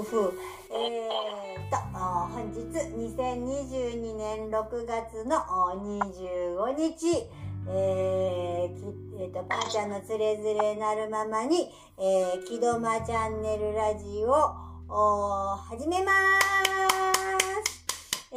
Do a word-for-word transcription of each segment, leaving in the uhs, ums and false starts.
ふえーと本日にせんにじゅうにねんろくがつのにじゅうごにち、えーきえー、とばあちゃんのつれづれなるままに、えー、きどまチャンネルラジオを始めます。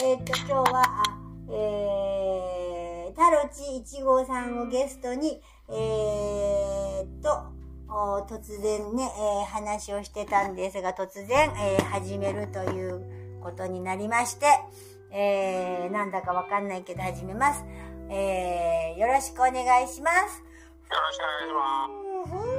えー、と今日はえー、タロチいちごうさんをゲストにえー、と突然ね、えー、話をしてたんですが、突然、えー、始めるということになりまして、えー、なんだかわかんないけど始めます。えー、よろしくお願いします。よろしくお願いします。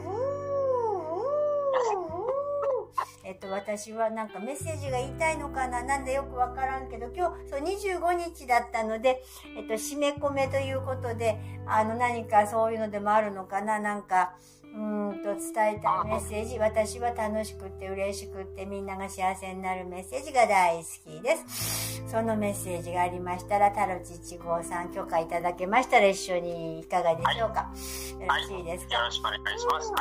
えっと、私はなんかメッセージが言いたいのかな、なんでよくわからんけど、今日、そう、にじゅうごにちだったので、えっと、締め込めということで、あの、何かそういうのでもあるのかな、なんか、うーんと、伝えたいメッセージ、私は楽しくって嬉しくってみんなが幸せになるメッセージが大好きです。そのメッセージがありましたら、タロチいちごうさん許可いただけましたら一緒にいかがでしょうか。はい、よろしいですか。 はい、よろしくお願いします。はい。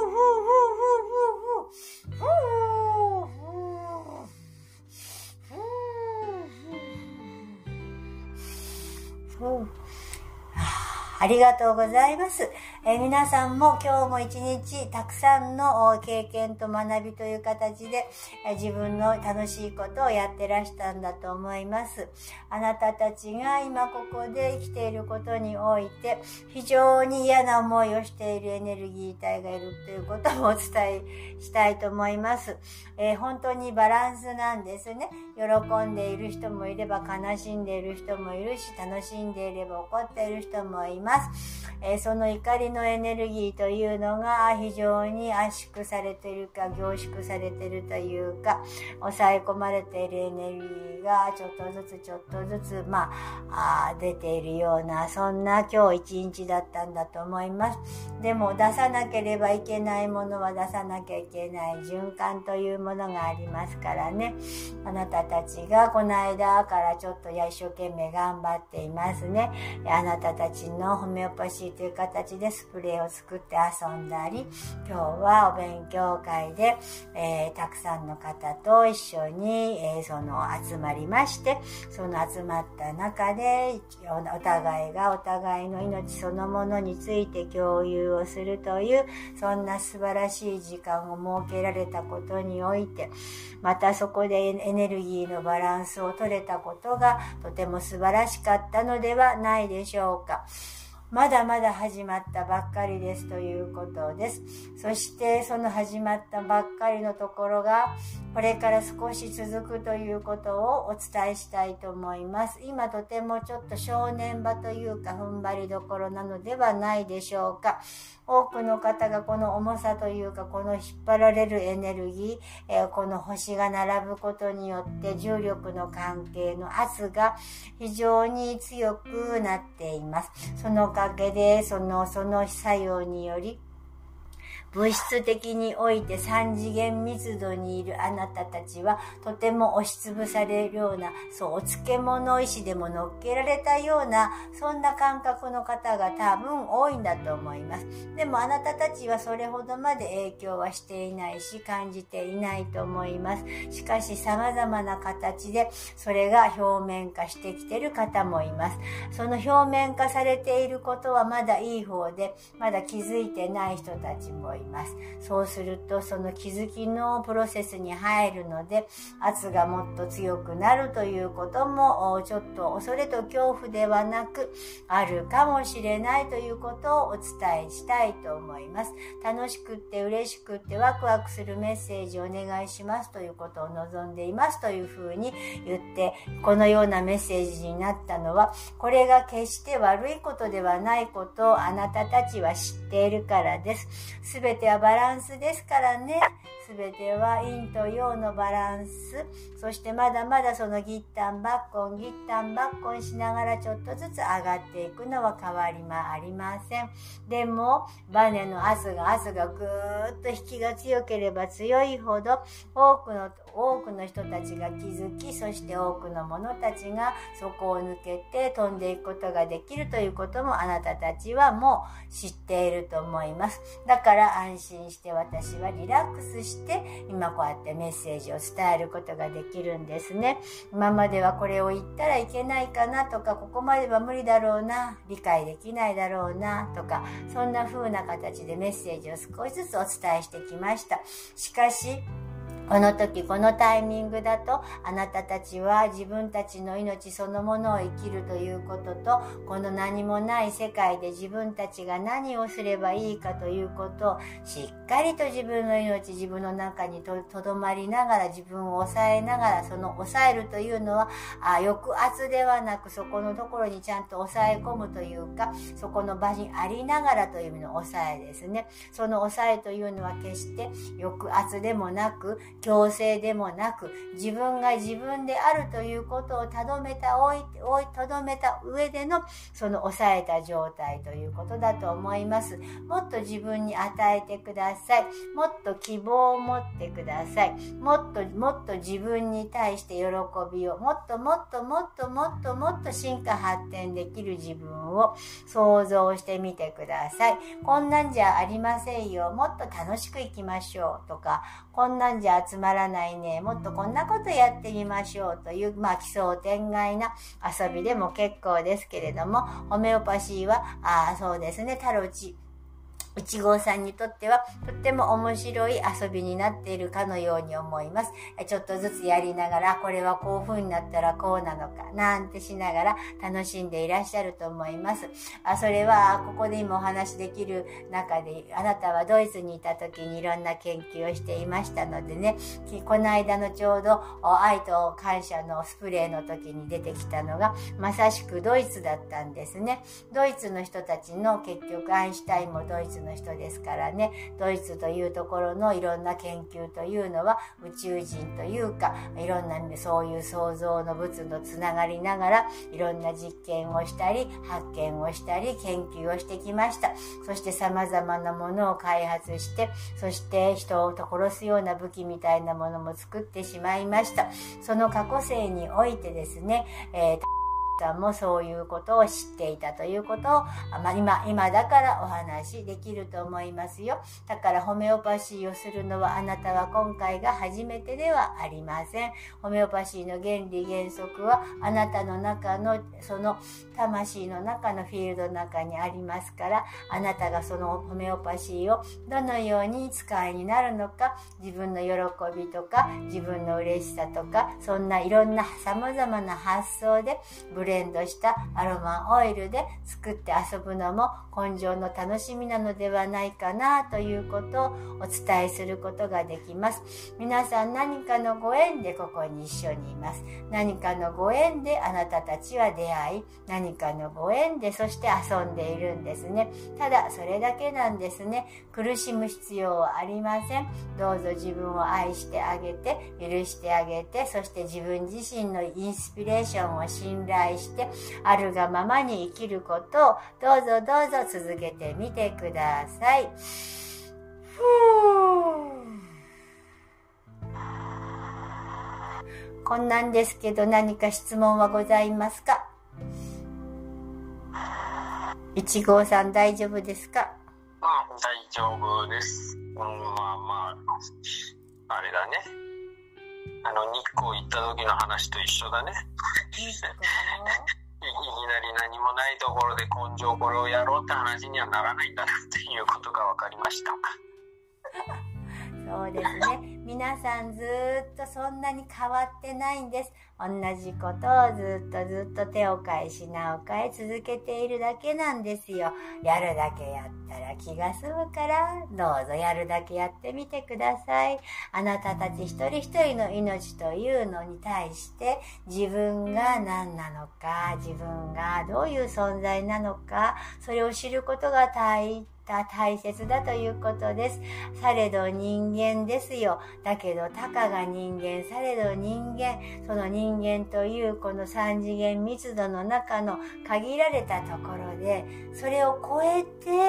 ありがとうございます。えー、皆さんも今日も一日たくさんの経験と学びという形で、えー、自分の楽しいことをやってらしたんだと思います。あなたたちが今ここで生きていることにおいて非常に嫌な思いをしているエネルギー体がいるということもお伝えしたいと思います。えー、本当にバランスなんですね。喜んでいる人もいれば悲しんでいる人もいるし、楽しんでいれば怒っている人もいます。えー、その怒りのエネルギーというのが非常に圧縮されているか凝縮されているというか、抑え込まれているエネルギーがちょっとずつちょっとずつ、まあ、あ出ているような、そんな今日一日だったんだと思います。でも出さなければいけないものは出さなきゃいけない循環というものがありますからね。あなたたちがこの間からちょっと一生懸命頑張っていますね。あなたたちのホメオパシーという形でスプレーを作って遊んだり、今日はお勉強会で、えー、たくさんの方と一緒に、えー、その集まりまして、その集まった中でお互いがお互いの命そのものについて共有をするという、そんな素晴らしい時間を設けられたことにおいて、またそこでエネルギーのバランスを取れたことがとても素晴らしかったのではないでしょうか。まだまだ始まったばっかりですということです。そしてその始まったばっかりのところがこれから少し続くということをお伝えしたいと思います。今とてもちょっと正念場というか踏ん張りどころなのではないでしょうか。多くの方がこの重さというかこの引っ張られるエネルギー、えー、この星が並ぶことによって重力の関係の圧が非常に強くなっています。そのおかげでそのその作用により物質的において三次元密度にいるあなたたちはとても押しつぶされるような、そうお漬物石でも乗っけられたような、そんな感覚の方が多分多いんだと思います。でもあなたたちはそれほどまで影響はしていないし感じていないと思います。しかし様々な形でそれが表面化してきている方もいます。その表面化されていることはまだいい方で、まだ気づいてない人たちもいます。そうするとその気づきのプロセスに入るので圧がもっと強くなるということもちょっと恐れと恐怖ではなくあるかもしれないということをお伝えしたいと思います。楽しくって嬉しくってワクワクするメッセージをお願いしますということを望んでいますというふうに言ってこのようなメッセージになったのは、これが決して悪いことではないことをあなたたちは知っているからです。すべてはバランスですからね。すべては陰と陽のバランス。そしてまだまだそのギッタンバッコンギッタンバッコンしながらちょっとずつ上がっていくのは変わりもありません。でもバネの圧が圧がぐーっと引きが強ければ強いほど多くの多くの人たちが気づき、そして多くの者たちがそこを抜けて飛んでいくことができるということもあなたたちはもう知っていると思います。だから安心して私はリラックスしして今こうやってメッセージを伝えることができるんですね。今まではこれを言ったらいけないかなとか、ここまでは無理だろうな、理解できないだろうなとか、そんな風な形でメッセージを少しずつお伝えしてきました。しかしこの時このタイミングだと、あなたたちは自分たちの命そのものを生きるということと、この何もない世界で自分たちが何をすればいいかということをしっかりと自分の命、自分の中にとどまりながら、自分を抑えながら、その抑えるというのはあ抑圧ではなく、そこのところにちゃんと抑え込むというか、そこの場にありながらという意味の抑えですね。その抑えというのは決して抑圧でもなく、強制でもなく、自分が自分であるということをたどめた、置いて、置い、とどめた上での、その抑えた状態ということだと思います。もっと自分に与えてください。もっと希望を持ってください。もっと、もっと自分に対して喜びを、もっともっともっともっともっと進化発展できる自分を想像してみてください。こんなんじゃありませんよ。もっと楽しく生きましょうとか、こんなんじゃ集まらないね。もっとこんなことやってみましょうという、まあ奇想天外な遊びでも結構ですけれども、ホメオパシーは、ああ、そうですね、タロチ。内郷さんにとってはとっても面白い遊びになっているかのように思います。ちょっとずつやりながら、これはこういう風になったらこうなのかなんてしながら楽しんでいらっしゃると思います。あ、それはここで今お話しできる中で、あなたはドイツにいた時にいろんな研究をしていましたのでね、この間のちょうど愛と感謝のスプレーの時に出てきたのがまさしくドイツだったんですね。ドイツの人たちの、結局アインシュタインもドイツの人ですからね、ドイツというところのいろんな研究というのは宇宙人というか、いろんなそういう創造の物のつながりながらいろんな実験をしたり発見をしたり研究をしてきました。そして様々なものを開発して、そして人を殺すような武器みたいなものも作ってしまいました。その過去世においてですね、えーさんもそういうことを知っていたということを、まあ、今、今だからお話できると思いますよ。だからホメオパシーをするのはあなたは今回が初めてではありません。ホメオパシーの原理原則はあなたの中のその魂の中のフィールドの中にありますから、あなたがそのホメオパシーをどのように使いになるのか、自分の喜びとか自分の嬉しさとか、そんないろんな様々な発想でブレンドしたアロマオイルで作って遊ぶのも根性の楽しみなのではないかなということをお伝えすることができます。皆さん何かのご縁でここに一緒にいます。何かのご縁であなたたちは出会い、何かのご縁でそして遊んでいるんですね。ただそれだけなんですね。苦しむ必要はありません。どうぞ自分を愛してあげて、許してあげて、そして自分自身のインスピレーションを信頼してあるがままに生きることをどうぞどうぞ続けてみてください。ふーこんなんですけど何か質問はございますか？一号さん大丈夫ですか？ うん、大丈夫です。うん、まあまあ、あれだね。あの、日光行った時の話と一緒だね。いきなり何もないところで根性これをやろうって話にはならないんだなっていうことが分かりました。 そうですね。皆さんずっとそんなに変わってないんです。同じことをずっとずっと手を変え品を変え続けているだけなんですよ。やるだけやったら気が済むから、どうぞやるだけやってみてください。あなたたち一人一人の命というのに対して自分が何なのか、自分がどういう存在なのか、それを知ることが大切大切だということです。されど人間ですよ。だけどたかが人間、されど人間、その人間というこの三次元密度の中の限られたところで、それを超えて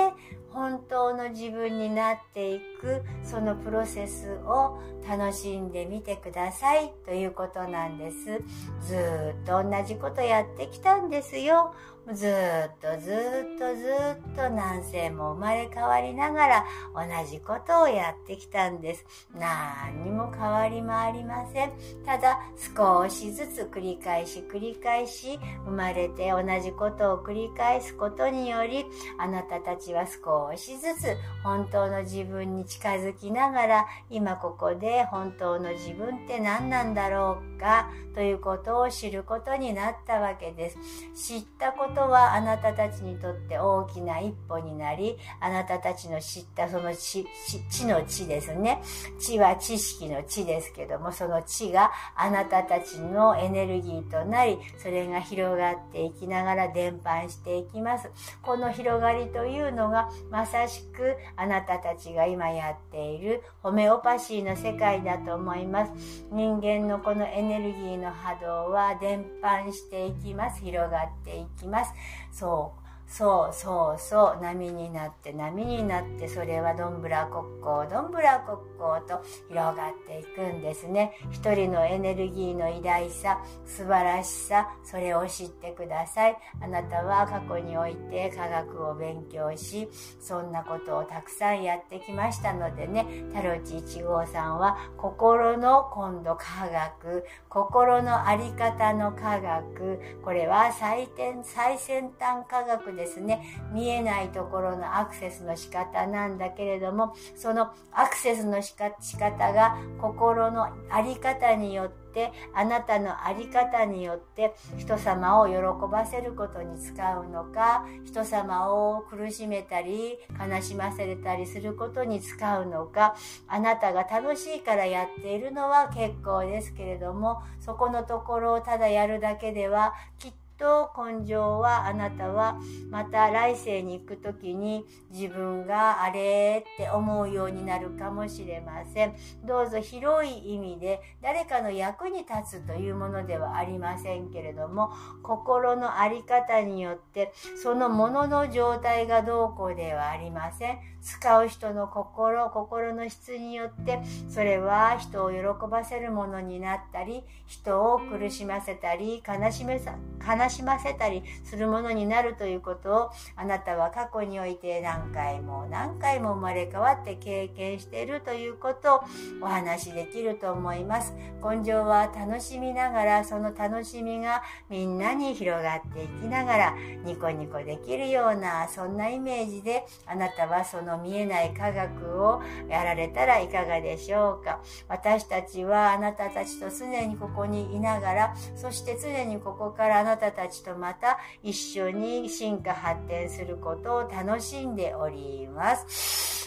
本当の自分になっていくそのプロセスを楽しんでみてくださいということなんです。ずーっと同じことやってきたんですよ。ずーっとずーっとずーっと何世も生まれ変わりながら同じことをやってきたんです。何にも変わりもありません。ただ少しずつ繰り返し繰り返し生まれて同じことを繰り返すことにより、あなたたちは少しずつ本当の自分に近づきながら、今ここで本当の自分って何なんだろうかということを知ることになったわけです。知ったことはあなたたちにとって大きな一歩になり、あなたたちの知ったその知、知の知ですね。知は知識の知ですけども、その知があなたたちのエネルギーとなり、それが広がっていきながら伝播していきます。この広がりというのがまさしくあなたたちが今やっているホメオパシーの世界だと思います。人間のこのエネルギーの波動は伝播していきます。広がっていきます。そうそうそうそう、波になって波になって、それはどんぶらこっこうどんぶらこっこうと広がっていくんですね。一人のエネルギーの偉大さ、素晴らしさ、それを知ってください。あなたは過去において科学を勉強し、そんなことをたくさんやってきましたのでね、タロチいちごうさんは心の今度科学、心のあり方の科学、これは最先最先端科学でですね、見えないところのアクセスの仕方なんだけれども、そのアクセスの仕方が心のあり方によって、あなたのあり方によって人様を喜ばせることに使うのか、人様を苦しめたり悲しませたりすることに使うのか、あなたが楽しいからやっているのは結構ですけれども、そこのところをただやるだけではきっとと根性は、あなたはまた来世に行くときに自分があれって思うようになるかもしれません。どうぞ広い意味で誰かの役に立つというものではありませんけれども、心のあり方によってそのものの状態がどうこうではありません。使う人の心、心の質によってそれは人を喜ばせるものになったり、人を苦しませたり悲しめさ悲しませたりするものになるということを、あなたは過去において何回も何回も生まれ変わって経験しているということをお話しできると思います。根性は楽しみながら、その楽しみがみんなに広がっていきながらニコニコできるような、そんなイメージであなたはその見えない科学をやられたらいかがでしょうか。私たちはあなたたちと常にここにいながら、そして常にここからあなたたちとまた一緒に進化発展することを楽しんでおります。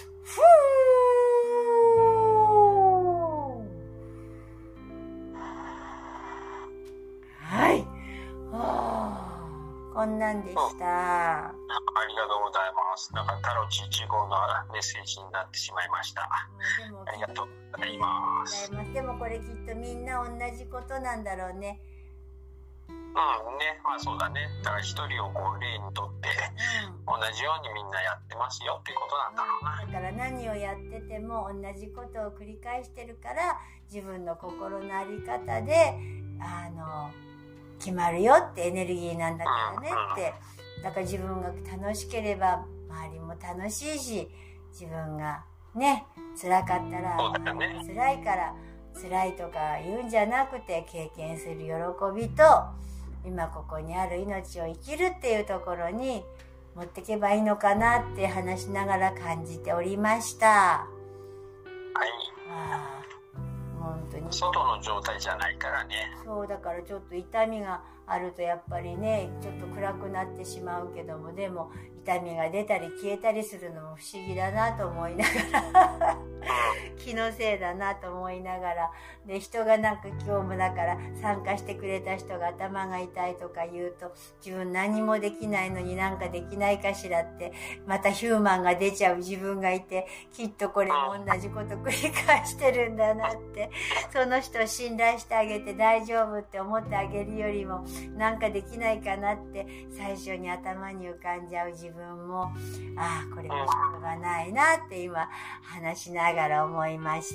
ふーはい、はあ、こんなんでした。 ありがとうございます。なんかタロチいちごうのメッセージになってしまいました。 でもありがとうございます。 でもこれきっとみんな同じことなんだろうね。 うんね、まあそうだね。だから一人をこう例にとって、うん、同じようにみんなやってますよっていうことなんだろうな。 だから何をやってても同じことを繰り返してるから、自分の心のあり方であの決まるよってエネルギーなんだからねって、うんうん、だから自分が楽しければ周りも楽しいし、自分がね辛かったら、ね、辛いから辛いとか言うんじゃなくて、経験する喜びと今ここにある命を生きるっていうところに持っていけばいいのかなって話しながら感じておりました。 はい。 あ本当に外の状態じゃないからね。 そうだからちょっと痛みがあるとやっぱりねちょっと暗くなってしまうけども、でも痛みが出たり消えたりするのも不思議だなと思いながら気のせいだなと思いながら、で人がなんか今日もだから参加してくれた人が頭が痛いとか言うと、自分何もできないのになんかできないかしらってまたヒューマンが出ちゃう自分がいて、きっとこれも同じこと繰り返してるんだなって、その人を信頼してあげて大丈夫って思ってあげるよりも、 なんかできないかなって最初に頭に浮かんじゃう自分も、ああこれはしょうがないなって今話しながら思いました。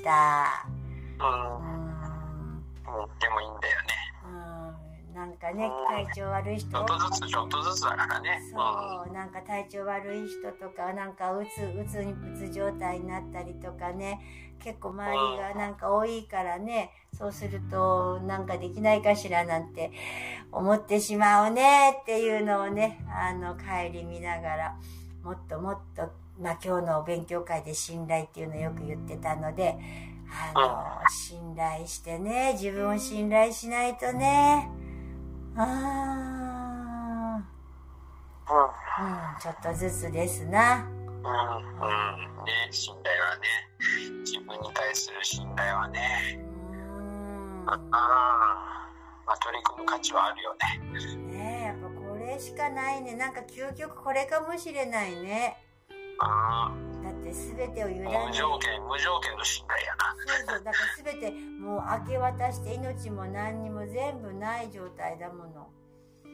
うん、うん、でもいいんだよね。 なんかね、体調悪い人、 ちょっとずつちょっとずつだからね。 そう、なんか体調悪い人とか、なんかうつうつにうつ状態になったりとかね、結構周りがなんか多いからね、そうするとなんかできないかしらなんて思ってしまうねっていうのをね、あの帰り見ながら、もっともっと、まあ今日の勉強会で信頼っていうのをよく言ってたので、あの信頼してね、自分を信頼しないとね。ああ、うん、うん、ちょっとずつですな。 うん、うん、ね、信頼はね、自分に対する信頼はね、うん、まあ取り組む価値はあるよね。 ねえ、やっぱこれしかないね。なんか究極これかもしれないね。 うん、 だって全てを委ね、 無条件無条件の信頼やな。 そうそう、だから全てもう明け渡して命も何にも全部ない状態だもの。うん。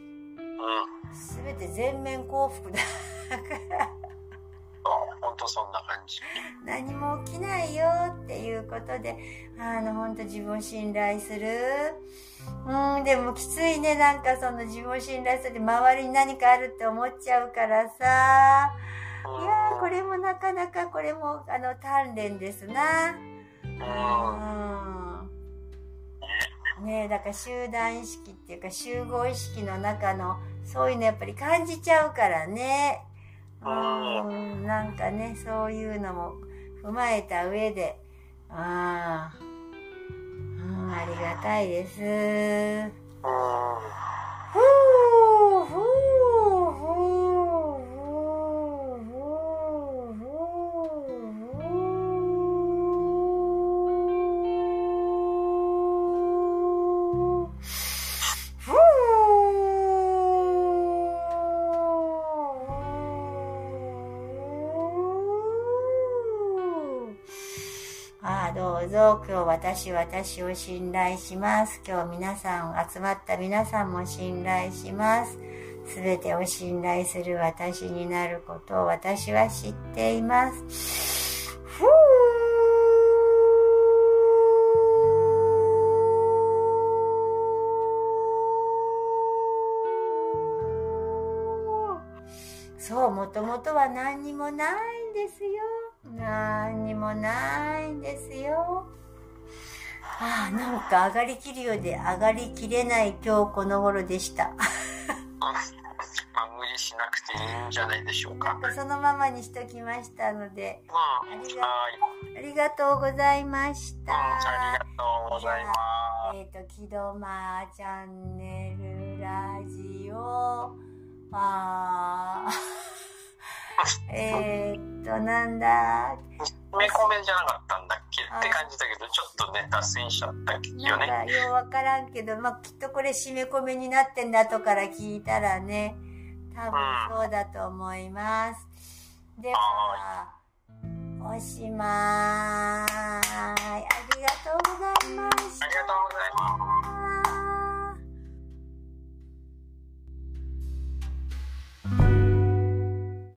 全て全面幸福だから本当そんな感じ。 何も起きないよっていうことで、あの本当自分を信頼する。うん、でもきついね。なんかその自分を信頼する周りに何かあるって思っちゃうからさ。いやー、これもなかなかこれもあの鍛錬ですな。うん。ねえ、だから集団意識っていうか集合意識の中のそういうのやっぱり感じちゃうからね。うん、なんかね、そういうのも踏まえた上で、ああ、うん、ありがたいです。ふー、ふー、ふー。どうぞ、今日私、私を信頼します。今日皆さん、集まった皆さんも信頼します。すべてを信頼する私になることを私は知っています。ふー。そう、もともとは何にもないんですよ。何にもないんですよ。ああ、なんか上がりきるようで上がりきれない今日この頃でした。 まあ、無理しなくていいんじゃないでしょうか。 なんかそのままにしときましたので、 うん、 ありが、ありがとうございました。うん、 ありがとうございます。 えっと、きどまチャンネルラジオ、あえっと、なんだ。 めこめじゃなかったんだっけって感じだけど、ちょっとね、脱線しちゃったよね。 なんかようわからんけど、まあ、きっとこれ締め込みになってんだ後から聞いたらね、多分そうだと思います。うん、では、おしまーす。